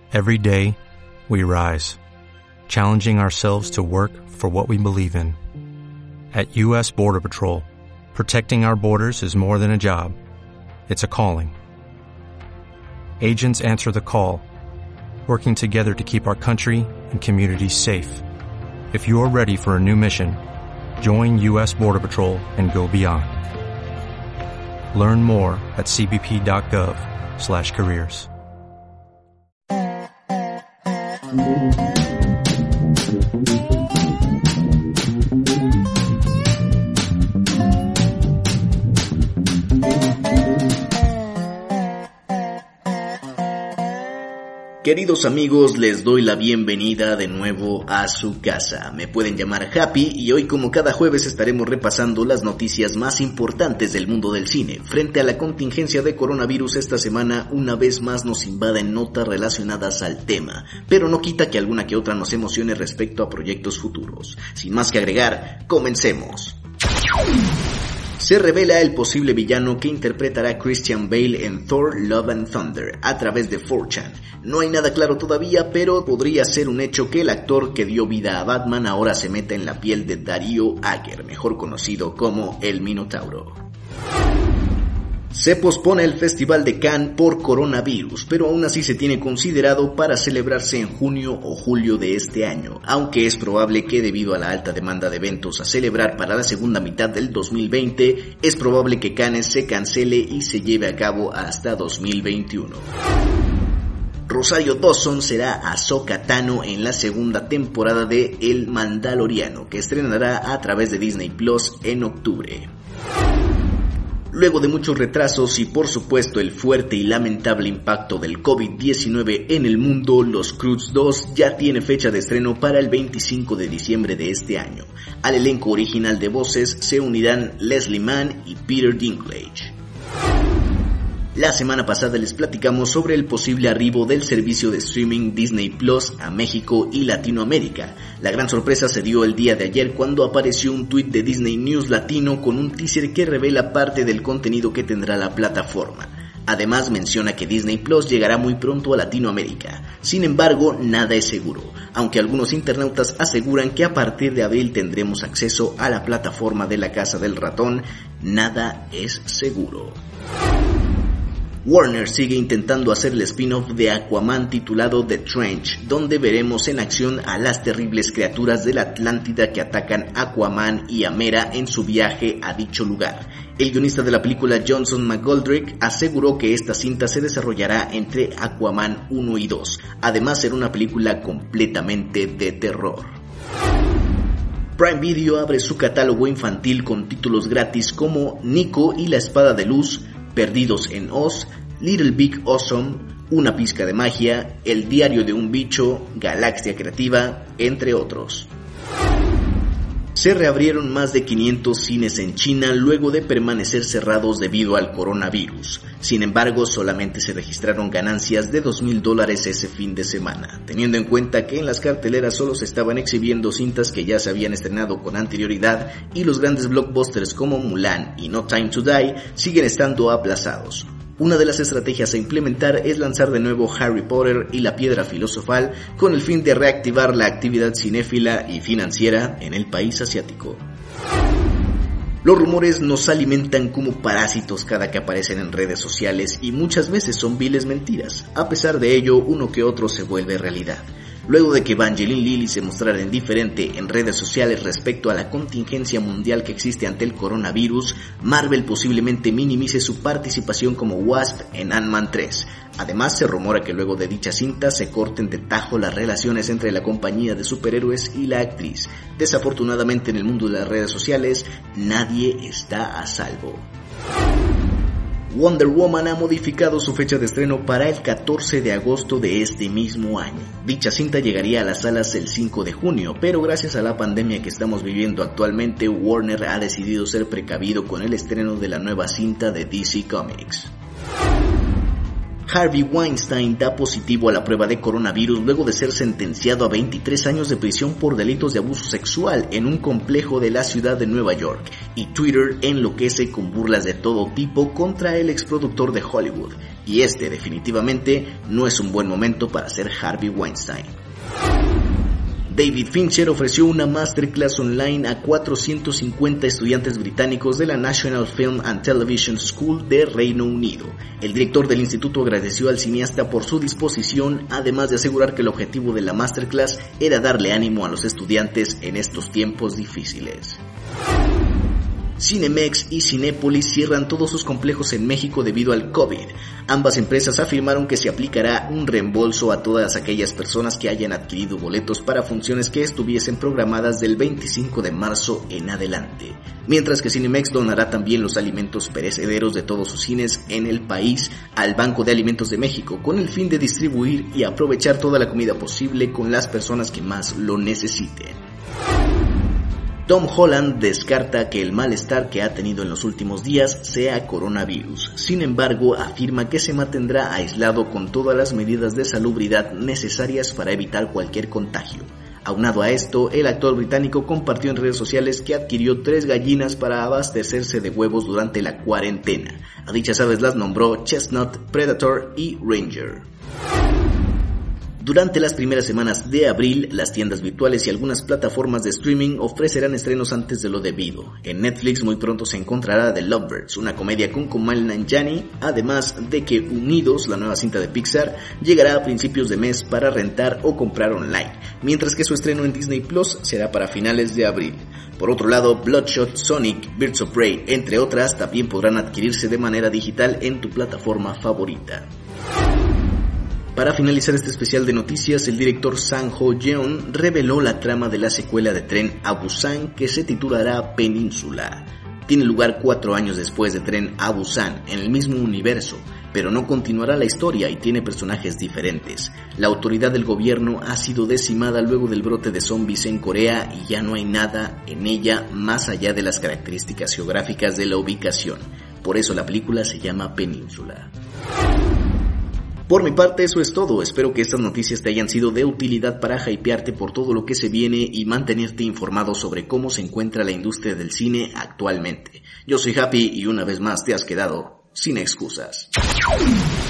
Every day, we rise, challenging ourselves to work for what we believe in. At U.S. Border Patrol, protecting our borders is more than a job. It's a calling. Agents answer the call, working together to keep our country and communities safe. If you're ready for a new mission, join U.S. Border Patrol and go beyond. Learn more at cbp.gov/careers. Queridos amigos, les doy la bienvenida de nuevo a su casa. Me pueden llamar Happy y hoy, como cada jueves, estaremos repasando las noticias más importantes del mundo del cine. Frente a la contingencia de coronavirus, esta semana una vez más nos invaden notas relacionadas al tema, pero no quita que alguna que otra nos emocione respecto a proyectos futuros. Sin más que agregar, comencemos. Se revela el posible villano que interpretará Christian Bale en Thor: Love and Thunder a través de 4chan. No hay nada claro todavía, pero podría ser un hecho que el actor que dio vida a Batman ahora se meta en la piel de Darío Agger, mejor conocido como el Minotauro. Se pospone el Festival de Cannes por coronavirus, pero aún así se tiene considerado para celebrarse en junio o julio de este año, aunque es probable que debido a la alta demanda de eventos a celebrar para la segunda mitad del 2020, es probable que Cannes se cancele y se lleve a cabo hasta 2021. Rosario Dawson será Ahsoka Tano en la segunda temporada de El Mandaloriano, que estrenará a través de Disney Plus en octubre. Luego de muchos retrasos y por supuesto el fuerte y lamentable impacto del COVID-19 en el mundo, Los Croods 2 ya tiene fecha de estreno para el 25 de diciembre de este año. Al elenco original de voces se unirán Leslie Mann y Peter Dinklage. La semana pasada les platicamos sobre el posible arribo del servicio de streaming Disney Plus a México y Latinoamérica. La gran sorpresa se dio el día de ayer cuando apareció un tuit de Disney News Latino con un teaser que revela parte del contenido que tendrá la plataforma. Además menciona que Disney Plus llegará muy pronto a Latinoamérica. Sin embargo, nada es seguro, aunque algunos internautas aseguran que a partir de abril tendremos acceso a la plataforma de La Casa del Ratón. Nada es seguro. Warner sigue intentando hacer el spin-off de Aquaman titulado The Trench, donde veremos en acción a las terribles criaturas de la Atlántida que atacan a Aquaman y a Mera en su viaje a dicho lugar. El guionista de la película, Johnson McGoldrick, aseguró que esta cinta se desarrollará entre Aquaman 1 y 2. Además, será una película completamente de terror. Prime Video abre su catálogo infantil con títulos gratis como Nico y la Espada de Luz, Perdidos en Oz, Little Big Awesome, Una Pizca de Magia, El Diario de un Bicho, Galaxia Creativa, entre otros. Se reabrieron más de 500 cines en China luego de permanecer cerrados debido al coronavirus. Sin embargo, solamente se registraron ganancias de $2,000 ese fin de semana, teniendo en cuenta que en las carteleras solo se estaban exhibiendo cintas que ya se habían estrenado con anterioridad y los grandes blockbusters como Mulan y No Time to Die siguen estando aplazados. Una de las estrategias a implementar es lanzar de nuevo Harry Potter y la Piedra Filosofal con el fin de reactivar la actividad cinéfila y financiera en el país asiático. Los rumores nos alimentan como parásitos cada que aparecen en redes sociales y muchas veces son viles mentiras. A pesar de ello, uno que otro se vuelve realidad. Luego de que Evangeline Lilly se mostrara indiferente en redes sociales respecto a la contingencia mundial que existe ante el coronavirus, Marvel posiblemente minimice su participación como Wasp en Ant-Man 3. Además, se rumora que luego de dicha cinta se corten de tajo las relaciones entre la compañía de superhéroes y la actriz. Desafortunadamente, en el mundo de las redes sociales, nadie está a salvo. Wonder Woman ha modificado su fecha de estreno para el 14 de agosto de este mismo año. Dicha cinta llegaría a las salas el 5 de junio, pero gracias a la pandemia que estamos viviendo actualmente, Warner ha decidido ser precavido con el estreno de la nueva cinta de DC Comics. Harvey Weinstein da positivo a la prueba de coronavirus luego de ser sentenciado a 23 años de prisión por delitos de abuso sexual en un complejo de la ciudad de Nueva York, y Twitter enloquece con burlas de todo tipo contra el exproductor de Hollywood, y este definitivamente no es un buen momento para ser Harvey Weinstein. David Fincher ofreció una masterclass online a 450 estudiantes británicos de la National Film and Television School de Reino Unido. El director del instituto agradeció al cineasta por su disposición, además de asegurar que el objetivo de la masterclass era darle ánimo a los estudiantes en estos tiempos difíciles. Cinemex y Cinépolis cierran todos sus complejos en México debido al COVID. Ambas empresas afirmaron que se aplicará un reembolso a todas aquellas personas que hayan adquirido boletos para funciones que estuviesen programadas del 25 de marzo en adelante. Mientras que Cinemex donará también los alimentos perecederos de todos sus cines en el país al Banco de Alimentos de México, con el fin de distribuir y aprovechar toda la comida posible con las personas que más lo necesiten. Tom Holland descarta que el malestar que ha tenido en los últimos días sea coronavirus. Sin embargo, afirma que se mantendrá aislado con todas las medidas de salubridad necesarias para evitar cualquier contagio. Aunado a esto, el actor británico compartió en redes sociales que adquirió 3 gallinas para abastecerse de huevos durante la cuarentena. A dichas aves las nombró Chestnut, Predator y Ranger. Durante las primeras semanas de abril, las tiendas virtuales y algunas plataformas de streaming ofrecerán estrenos antes de lo debido. En Netflix muy pronto se encontrará The Lovebirds, una comedia con Kumail Nanjiani, además de que Unidos, la nueva cinta de Pixar, llegará a principios de mes para rentar o comprar online, mientras que su estreno en Disney Plus será para finales de abril. Por otro lado, Bloodshot, Sonic, Birds of Prey, entre otras, también podrán adquirirse de manera digital en tu plataforma favorita. Para finalizar este especial de noticias, el director Sang Ho-yeon reveló la trama de la secuela de Tren a Busan, que se titulará Península. Tiene lugar 4 años después de Tren a Busan, en el mismo universo, pero no continuará la historia y tiene personajes diferentes. La autoridad del gobierno ha sido decimada luego del brote de zombies en Corea y ya no hay nada en ella más allá de las características geográficas de la ubicación. Por eso la película se llama Península. Por mi parte eso es todo, espero que estas noticias te hayan sido de utilidad para hypearte por todo lo que se viene y mantenerte informado sobre cómo se encuentra la industria del cine actualmente. Yo soy Happy y una vez más te has quedado sin excusas.